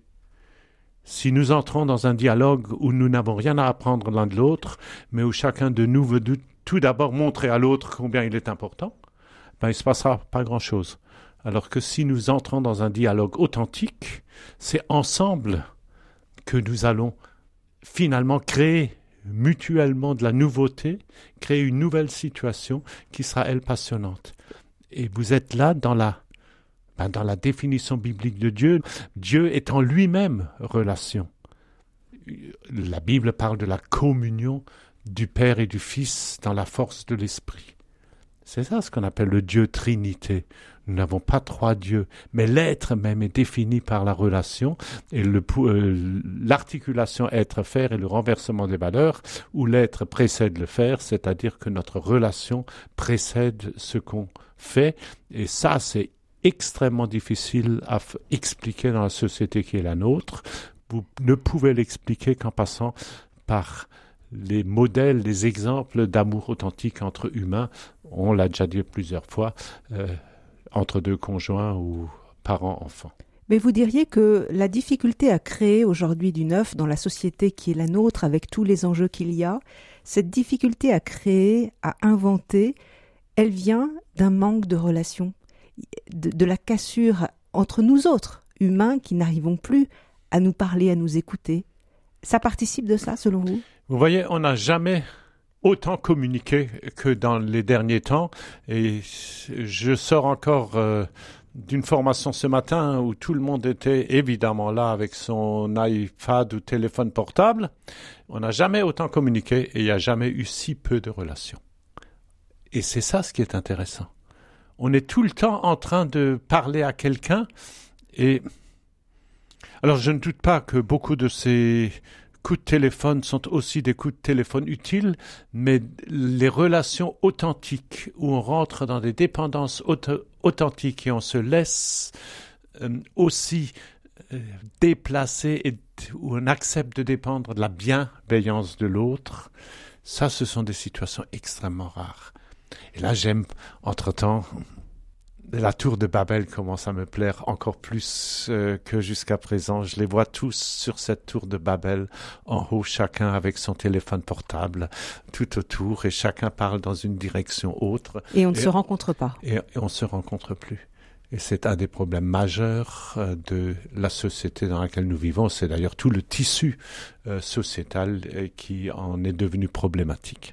Si nous entrons dans un dialogue où nous n'avons rien à apprendre l'un de l'autre, mais où chacun de nous veut tout d'abord montrer à l'autre combien il est important, il ne se passera pas grand-chose. Alors que si nous entrons dans un dialogue authentique, c'est ensemble que nous allons finalement créer mutuellement de la nouveauté, créer une nouvelle situation qui sera, elle, passionnante. Et vous êtes là dans la définition biblique de Dieu. Dieu est en lui-même relation. La Bible parle de la communion du Père et du Fils dans la force de l'Esprit. C'est ça ce qu'on appelle le Dieu Trinité. Nous n'avons pas trois dieux, mais l'être même est défini par la relation et l'articulation être-faire et le renversement des valeurs où l'être précède le faire, c'est-à-dire que notre relation précède ce qu'on fait. Et ça, c'est extrêmement difficile à expliquer dans la société qui est la nôtre. Vous ne pouvez l'expliquer qu'en passant par les modèles, les exemples d'amour authentique entre humains. On l'a déjà dit plusieurs fois, entre deux conjoints ou parents-enfants. Mais vous diriez que la difficulté à créer aujourd'hui du neuf dans la société qui est la nôtre, avec tous les enjeux qu'il y a, cette difficulté à créer, à inventer, elle vient d'un manque de relation, de la cassure entre nous autres, humains qui n'arrivons plus à nous parler, à nous écouter. Ça participe de ça, selon vous ? Vous voyez, on n'a jamais autant communiqué que dans les derniers temps. Et je sors encore d'une formation ce matin où tout le monde était évidemment là avec son iPad ou téléphone portable. On n'a jamais autant communiqué et il n'y a jamais eu si peu de relations. Et c'est ça ce qui est intéressant. On est tout le temps en train de parler à quelqu'un et... Alors je ne doute pas que beaucoup de ces coups de téléphone sont aussi des coups de téléphone utiles, mais les relations authentiques où on rentre dans des dépendances authentiques et on se laisse aussi déplacer et où on accepte de dépendre de la bienveillance de l'autre, ça ce sont des situations extrêmement rares. Et là j'aime entre-temps... La tour de Babel commence à me plaire encore plus que jusqu'à présent. Je les vois tous sur cette tour de Babel, en haut, chacun avec son téléphone portable, tout autour, et chacun parle dans une direction autre. Et on ne se rencontre pas. Et on ne se rencontre plus. Et c'est un des problèmes majeurs de la société dans laquelle nous vivons. C'est d'ailleurs tout le tissu sociétal qui en est devenu problématique.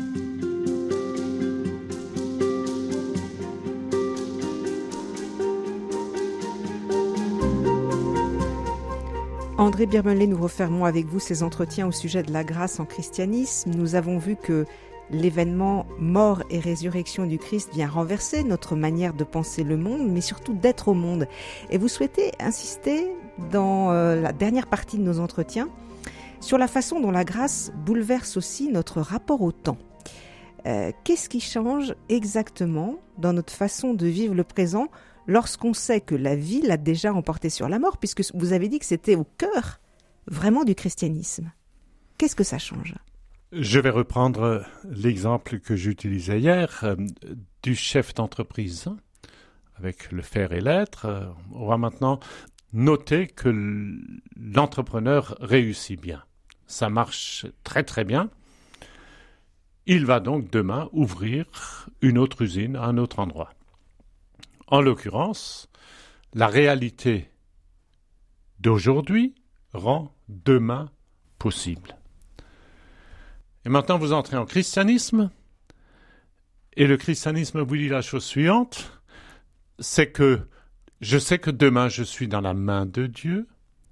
André Biermelet, nous refermons avec vous ces entretiens au sujet de la grâce en christianisme. Nous avons vu que l'événement mort et résurrection du Christ vient renverser notre manière de penser le monde, mais surtout d'être au monde. Et vous souhaitez insister dans la dernière partie de nos entretiens sur la façon dont la grâce bouleverse aussi notre rapport au temps. Qu'est-ce qui change exactement dans notre façon de vivre le présent lorsqu'on sait que la vie l'a déjà emporté sur la mort, puisque vous avez dit que c'était au cœur vraiment du christianisme. Qu'est-ce que ça change ? Je vais reprendre l'exemple que j'utilisais hier du chef d'entreprise avec le faire et l'être. On va maintenant noter que l'entrepreneur réussit bien. Ça marche très très bien. Il va donc demain ouvrir une autre usine à un autre endroit. En l'occurrence, la réalité d'aujourd'hui rend demain possible. Et maintenant, vous entrez en christianisme, et le christianisme vous dit la chose suivante, c'est que je sais que demain, je suis dans la main de Dieu.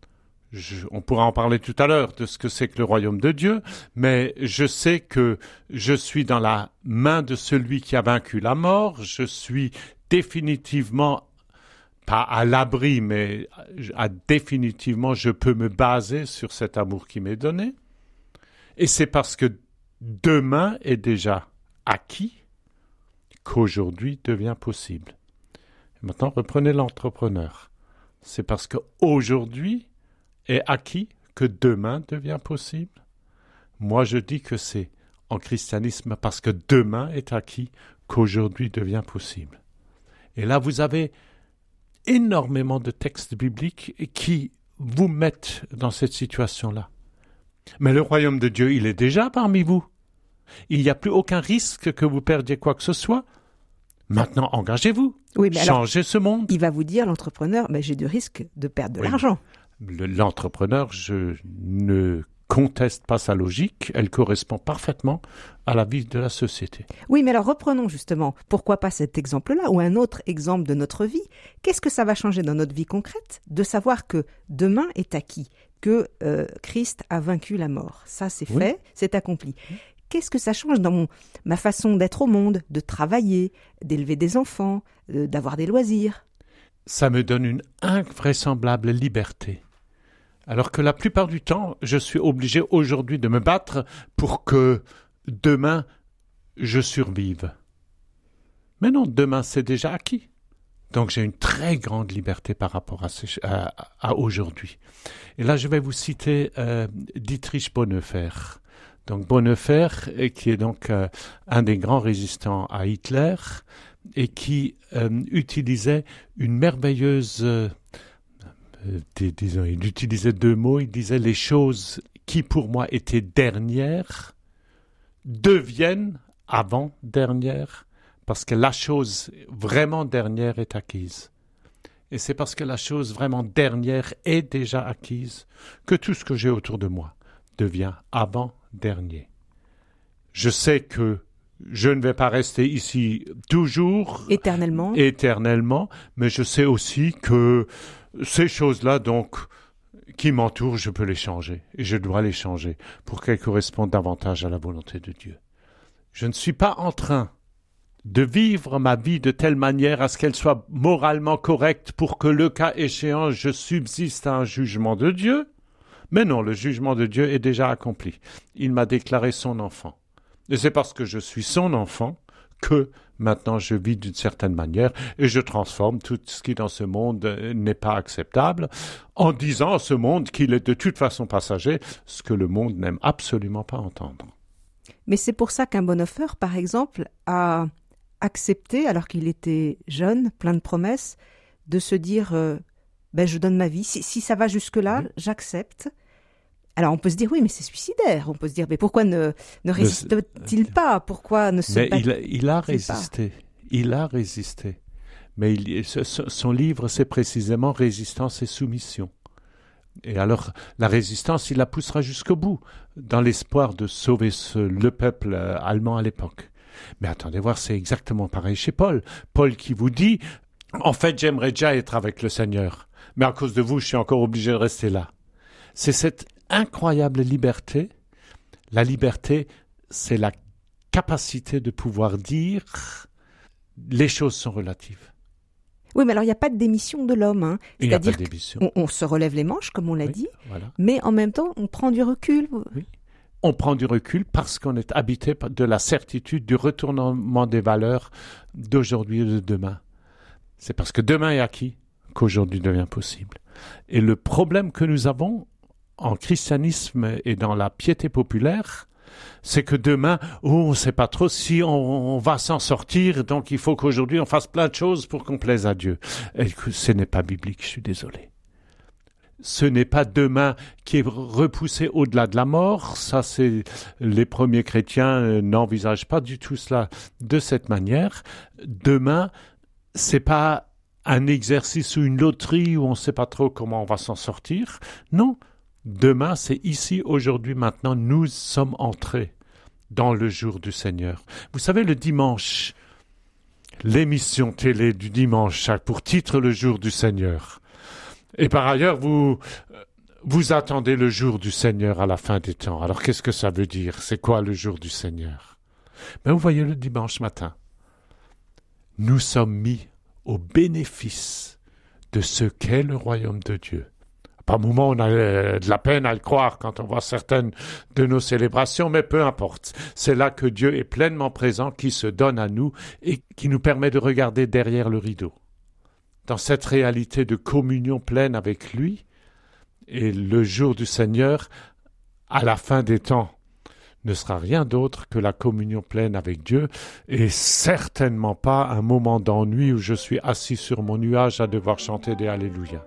On pourra en parler tout à l'heure de ce que c'est que le royaume de Dieu, mais je sais que je suis dans la main de celui qui a vaincu la mort. Je suis définitivement, pas à l'abri, mais définitivement, je peux me baser sur cet amour qui m'est donné. Et c'est parce que demain est déjà acquis qu'aujourd'hui devient possible. Et maintenant, reprenez l'entrepreneur. C'est parce qu'aujourd'hui est acquis que demain devient possible. Moi, je dis que c'est en christianisme parce que demain est acquis qu'aujourd'hui devient possible. Et là, vous avez énormément de textes bibliques qui vous mettent dans cette situation-là. Mais le royaume de Dieu, il est déjà parmi vous. Il n'y a plus aucun risque que vous perdiez quoi que ce soit. Maintenant, engagez-vous. Oui, mais changez alors, ce monde. Il va vous dire, l'entrepreneur, j'ai du risque de perdre de l'argent. L'entrepreneur, je ne conteste pas sa logique, elle correspond parfaitement à la vie de la société. Oui, mais alors reprenons justement, pourquoi pas cet exemple-là ou un autre exemple de notre vie. Qu'est-ce que ça va changer dans notre vie concrète de savoir que demain est acquis, que Christ a vaincu la mort. Ça, c'est fait, c'est accompli. Qu'est-ce que ça change dans ma façon d'être au monde, de travailler, d'élever des enfants, d'avoir des loisirs ? Ça me donne une invraisemblable liberté. Alors que la plupart du temps, je suis obligé aujourd'hui de me battre pour que demain, je survive. Mais non, demain, c'est déjà acquis. Donc j'ai une très grande liberté par rapport à aujourd'hui. Et là, je vais vous citer Dietrich Bonhoeffer. Donc Bonhoeffer, qui est donc un des grands résistants à Hitler, et qui utilisait une merveilleuse... il utilisait deux mots, il disait « les choses qui pour moi étaient dernières deviennent avant-dernières » parce que la chose vraiment dernière est acquise. Et c'est parce que la chose vraiment dernière est déjà acquise que tout ce que j'ai autour de moi devient avant-dernier. Je sais que je ne vais pas rester ici toujours, éternellement, mais je sais aussi que ces choses-là, donc, qui m'entourent, je peux les changer. Et je dois les changer pour qu'elles correspondent davantage à la volonté de Dieu. Je ne suis pas en train de vivre ma vie de telle manière à ce qu'elle soit moralement correcte pour que, le cas échéant, je subsiste à un jugement de Dieu. Mais non, le jugement de Dieu est déjà accompli. Il m'a déclaré son enfant. Et c'est parce que je suis son enfant que maintenant je vis d'une certaine manière et je transforme tout ce qui dans ce monde n'est pas acceptable en disant à ce monde qu'il est de toute façon passager, ce que le monde n'aime absolument pas entendre. Mais c'est pour ça qu'un Bonhoeffer, par exemple, a accepté, alors qu'il était jeune, plein de promesses, de se dire je donne ma vie, si ça va jusque-là, j'accepte. Alors on peut se dire oui, mais c'est suicidaire. On peut se dire mais pourquoi ne résiste-t-il pas ? Pourquoi ne se bat-il pas ? Il a résisté. Il a résisté. Mais son livre, c'est précisément Résistance et soumission. Et alors la résistance, il la poussera jusqu'au bout, dans l'espoir de sauver le peuple allemand à l'époque. Mais attendez voir, c'est exactement pareil chez Paul. Paul qui vous dit en fait, j'aimerais déjà être avec le Seigneur, mais à cause de vous, je suis encore obligé de rester là. C'est cette incroyable liberté. La liberté, c'est la capacité de pouvoir dire les choses sont relatives. Oui, mais alors il n'y a pas de démission de l'homme. Hein. Il n'y a C'est-à-dire pas de démission. qu'on se relève les manches, comme on l'a dit, Voilà. mais en même temps, on prend du recul. Oui. On prend du recul parce qu'on est habité de la certitude du retournement des valeurs d'aujourd'hui et de demain. C'est parce que demain est acquis qu'aujourd'hui devient possible. Et le problème que nous avons en christianisme et dans la piété populaire, c'est que demain, on ne sait pas trop si on va s'en sortir, donc il faut qu'aujourd'hui on fasse plein de choses pour qu'on plaise à Dieu. Et que ce n'est pas biblique, je suis désolé. Ce n'est pas demain qui est repoussé au-delà de la mort. Ça, c'est les premiers chrétiens n'envisagent pas du tout cela de cette manière. Demain, c'est pas un exercice ou une loterie où on ne sait pas trop comment on va s'en sortir. Non, demain, c'est ici, aujourd'hui, maintenant, nous sommes entrés dans le jour du Seigneur. Vous savez, le dimanche, l'émission télé du dimanche a pour titre le jour du Seigneur. Et par ailleurs, vous attendez le jour du Seigneur à la fin des temps. Alors, qu'est-ce que ça veut dire? C'est quoi le jour du Seigneur? Mais vous voyez, le dimanche matin, nous sommes mis au bénéfice de ce qu'est le royaume de Dieu. Par moments, on a de la peine à le croire quand on voit certaines de nos célébrations, mais peu importe. C'est là que Dieu est pleinement présent, qui se donne à nous et qui nous permet de regarder derrière le rideau. Dans cette réalité de communion pleine avec lui, et le jour du Seigneur, à la fin des temps, ne sera rien d'autre que la communion pleine avec Dieu, et certainement pas un moment d'ennui où je suis assis sur mon nuage à devoir chanter des Alléluia.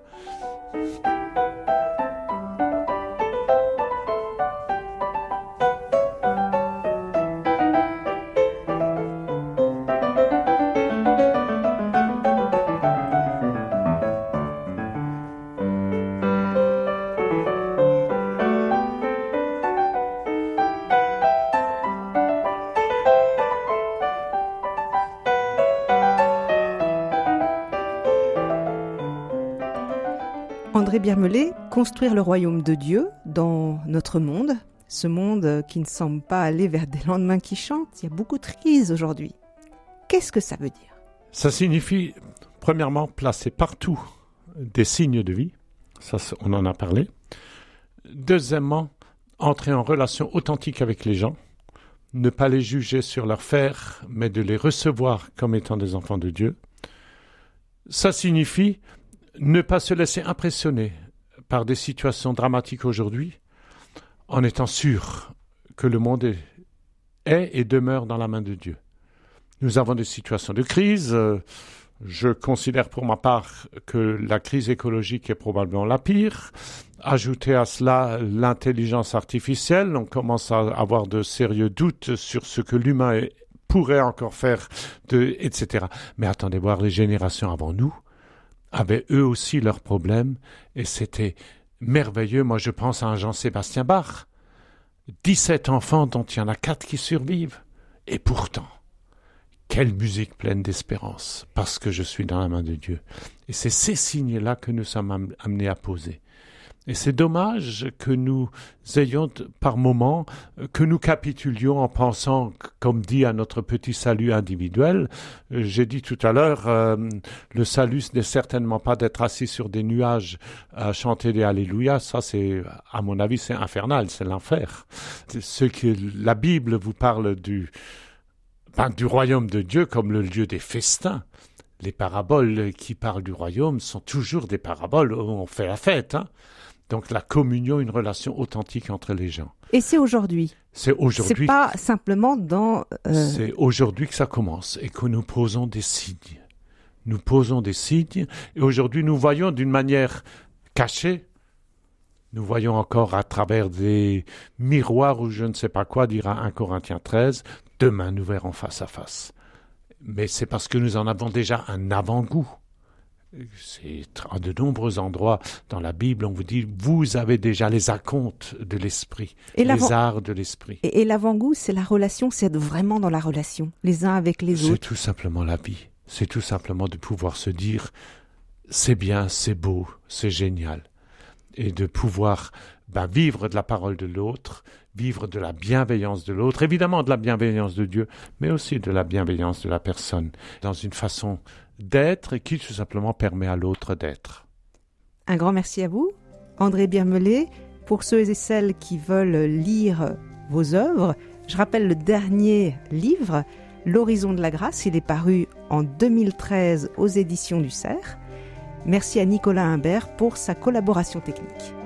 André Biermelet, construire le royaume de Dieu dans notre monde, ce monde qui ne semble pas aller vers des lendemains qui chantent, il y a beaucoup de crises aujourd'hui. Qu'est-ce que ça veut dire? Ça signifie, premièrement, placer partout des signes de vie, ça on en a parlé. Deuxièmement, entrer en relation authentique avec les gens, ne pas les juger sur leur faire, mais de les recevoir comme étant des enfants de Dieu. Ça signifie ne pas se laisser impressionner par des situations dramatiques aujourd'hui, en étant sûr que le monde est et demeure dans la main de Dieu. Nous avons des situations de crise. Je considère pour ma part que la crise écologique est probablement la pire. Ajoutez à cela l'intelligence artificielle. On commence à avoir de sérieux doutes sur ce que l'humain pourrait encore faire, etc. Mais attendez voir les générations avant nous avaient eux aussi leurs problèmes, et c'était merveilleux. Moi, je pense à un Jean-Sébastien Bach. 17 enfants dont il y en a 4 qui survivent. Et pourtant, quelle musique pleine d'espérance, parce que je suis dans la main de Dieu. Et c'est ces signes-là que nous sommes amenés à poser. Et c'est dommage que nous ayons par moments, que nous capitulions en pensant, comme dit, à notre petit salut individuel. J'ai dit tout à l'heure, le salut ce n'est certainement pas d'être assis sur des nuages à chanter des Alléluia. Ça, c'est, à mon avis, c'est infernal, c'est l'enfer. Ce que la Bible vous parle du royaume de Dieu comme le lieu des festins. Les paraboles qui parlent du royaume sont toujours des paraboles où on fait la fête, hein. Donc la communion, une relation authentique entre les gens. Et c'est aujourd'hui. C'est aujourd'hui. C'est pas simplement dans... C'est aujourd'hui que ça commence et que nous posons des signes. Nous posons des signes et aujourd'hui nous voyons d'une manière cachée. Nous voyons encore à travers des miroirs ou je ne sais pas quoi, dira 1 Corinthiens 13, demain nous verrons face à face. Mais c'est parce que nous en avons déjà un avant-goût. C'est à de nombreux endroits dans la Bible, on vous dit, vous avez déjà les acomptes de l'esprit, les arts de l'esprit. Et l'avant-goût, c'est la relation, c'est être vraiment dans la relation, les uns avec les autres. C'est tout simplement la vie. C'est tout simplement de pouvoir se dire, c'est bien, c'est beau, c'est génial. Et de pouvoir vivre de la parole de l'autre, vivre de la bienveillance de l'autre, évidemment de la bienveillance de Dieu, mais aussi de la bienveillance de la personne, dans une façon d'être qui tout simplement permet à l'autre d'être. Un grand merci à vous, André Birmelet. Pour ceux et celles qui veulent lire vos œuvres, je rappelle le dernier livre, L'Horizon de la Grâce. Il est paru en 2013 aux éditions du Cerf. Merci à Nicolas Imbert pour sa collaboration technique.